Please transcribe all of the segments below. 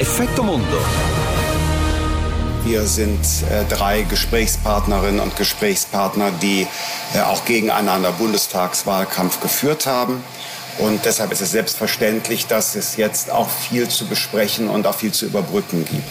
Effetto Mondo. Wir sind 3 Gesprächspartnerinnen und Gesprächspartner, die auch gegeneinander Bundestagswahlkampf geführt haben. Und deshalb ist es selbstverständlich, dass es jetzt auch viel zu besprechen und auch viel zu überbrücken gibt.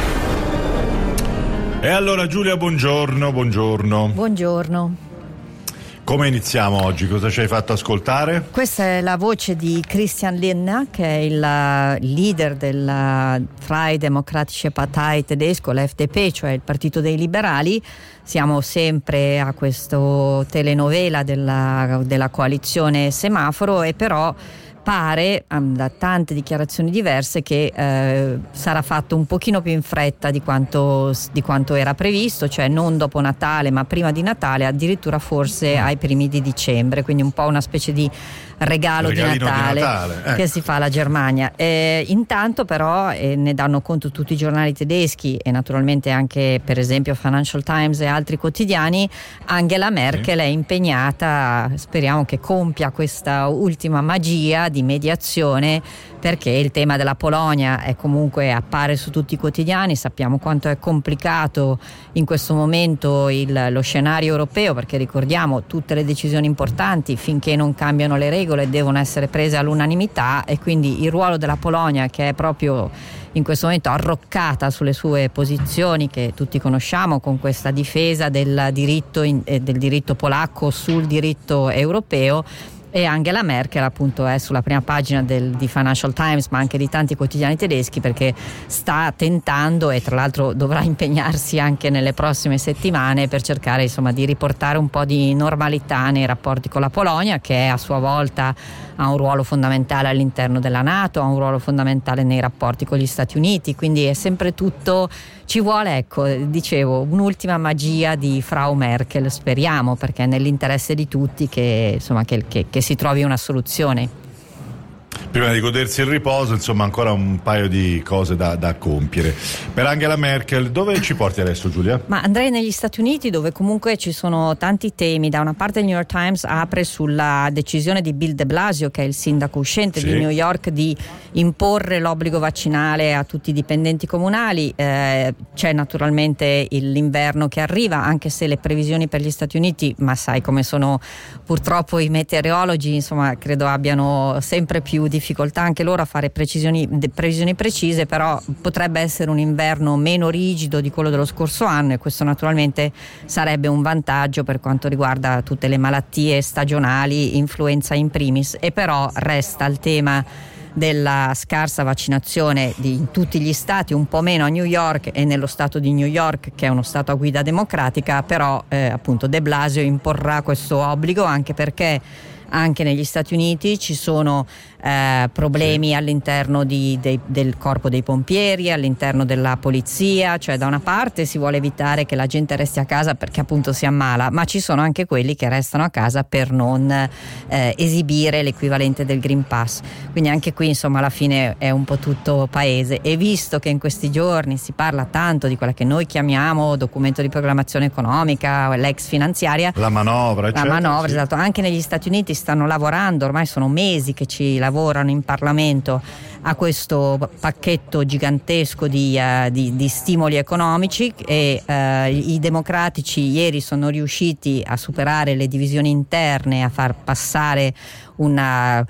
E allora Giulia, buongiorno. Buongiorno. Come iniziamo oggi? Cosa ci hai fatto ascoltare? Questa è la voce di Christian Lindner, che è il leader della Freie Demokratische Partei tedesco, l'FDP, cioè il Partito dei Liberali. Siamo sempre a questo telenovela della coalizione semaforo, e però pare, da tante dichiarazioni diverse, che sarà fatto un pochino più in fretta di quanto era previsto, cioè non dopo Natale ma prima di Natale, addirittura forse ai primi di dicembre, quindi un po' una specie di regalino di Natale. Che si fa alla Germania. Intanto però ne danno conto tutti i giornali tedeschi e naturalmente anche per esempio Financial Times e altri quotidiani. Angela Merkel è impegnata, speriamo che compia questa ultima magia di mediazione, perché il tema della Polonia è comunque, appare su tutti i quotidiani. Sappiamo quanto è complicato in questo momento lo scenario europeo, perché ricordiamo tutte le decisioni importanti finché non cambiano le regole devono essere prese all'unanimità, e quindi il ruolo della Polonia, che è proprio in questo momento arroccata sulle sue posizioni che tutti conosciamo, con questa difesa del diritto polacco sul diritto europeo. E Angela Merkel appunto è sulla prima pagina di Financial Times, ma anche di tanti quotidiani tedeschi, perché sta tentando, e tra l'altro dovrà impegnarsi anche nelle prossime settimane per cercare insomma di riportare un po' di normalità nei rapporti con la Polonia, che a sua volta ha un ruolo fondamentale all'interno della NATO, ha un ruolo fondamentale nei rapporti con gli Stati Uniti, quindi è sempre tutto. Ci vuole, ecco, dicevo, un'ultima magia di Frau Merkel, speriamo, perché è nell'interesse di tutti che si trovi una soluzione. Prima di godersi il riposo, insomma, ancora un paio di cose da compiere. Per Angela Merkel, dove ci porti adesso, Giulia? Ma andrei negli Stati Uniti, dove comunque ci sono tanti temi. Da una parte il New York Times apre sulla decisione di Bill de Blasio, che è il sindaco uscente di New York, di imporre l'obbligo vaccinale a tutti i dipendenti comunali. C'è naturalmente l'inverno che arriva, anche se le previsioni per gli Stati Uniti, ma sai come sono purtroppo i meteorologi, insomma, credo abbiano sempre più difficoltà anche loro a fare previsioni precise, però potrebbe essere un inverno meno rigido di quello dello scorso anno, e questo naturalmente sarebbe un vantaggio per quanto riguarda tutte le malattie stagionali, influenza in primis. E però resta il tema della scarsa vaccinazione in tutti gli stati, un po' meno a New York e nello stato di New York, che è uno stato a guida democratica. Però appunto de Blasio imporrà questo obbligo, anche perché anche negli Stati Uniti ci sono problemi all'interno del corpo dei pompieri, all'interno della polizia. Cioè, da una parte si vuole evitare che la gente resti a casa perché appunto si ammala, ma ci sono anche quelli che restano a casa per non esibire l'equivalente del Green Pass. Quindi anche qui insomma alla fine è un po' tutto paese. E visto che in questi giorni si parla tanto di quella che noi chiamiamo documento di programmazione economica, l'ex finanziaria, la manovra, esatto, anche negli Stati Uniti stanno lavorando, ormai sono mesi che ci lavorano in Parlamento a questo pacchetto gigantesco di stimoli economici, e i democratici ieri sono riusciti a superare le divisioni interne, a far passare una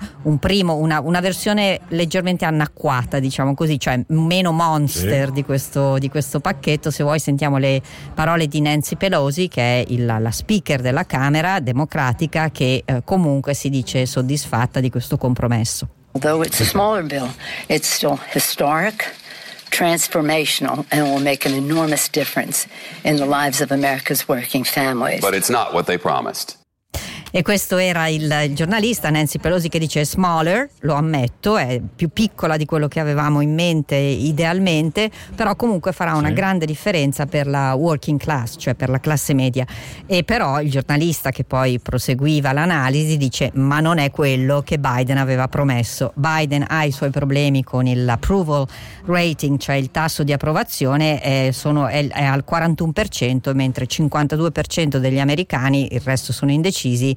versione leggermente annacquata, diciamo così, cioè meno monster di questo pacchetto. Se vuoi sentiamo le parole di Nancy Pelosi, che è la speaker della Camera democratica, che comunque si dice soddisfatta di questo compromesso. Although it's a smaller bill, it's still historic, transformational, and will make an enormous difference in the lives of America's working families. But it's not what they promised. E questo era il giornalista Nancy Pelosi, che dice smaller, lo ammetto, è più piccola di quello che avevamo in mente idealmente, però comunque farà una grande differenza per la working class, cioè per la classe media. E però il giornalista, che poi proseguiva l'analisi, dice ma non è quello che Biden aveva promesso. Biden ha i suoi problemi con l'approval rating, cioè il tasso di approvazione è al 41%, mentre il 52% degli americani, il resto sono indecisi,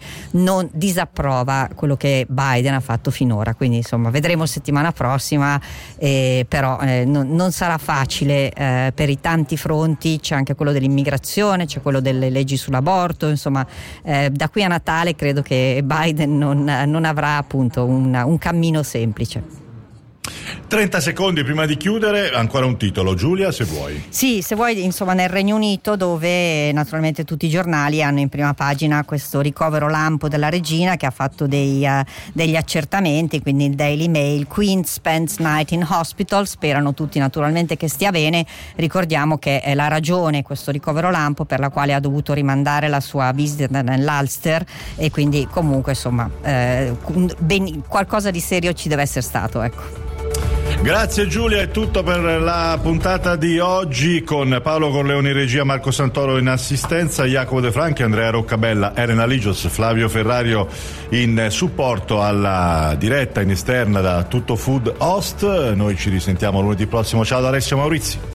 non disapprova quello che Biden ha fatto finora, quindi insomma vedremo settimana prossima, però non sarà facile per i tanti fronti. C'è anche quello dell'immigrazione, c'è quello delle leggi sull'aborto, insomma da qui a Natale credo che Biden non avrà appunto un cammino semplice. 30 secondi prima di chiudere, ancora un titolo, Giulia, se vuoi. Sì, se vuoi, insomma, nel Regno Unito, dove naturalmente tutti i giornali hanno in prima pagina questo ricovero lampo della regina, che ha fatto degli accertamenti, quindi il Daily Mail: Queen spends night in hospital. Sperano tutti naturalmente che stia bene. Ricordiamo che è la ragione, questo ricovero lampo, per la quale ha dovuto rimandare la sua visita nell'Ulster, e quindi comunque insomma qualcosa di serio ci deve essere stato, ecco. Grazie Giulia, è tutto per la puntata di oggi, con Paolo Corleoni in regia, Marco Santoro in assistenza, Jacopo De Franchi, Andrea Roccabella, Elena Ligios, Flavio Ferrario in supporto alla diretta in esterna da Tutto Food Host. Noi ci risentiamo lunedì prossimo. Ciao da Alessio Maurizi.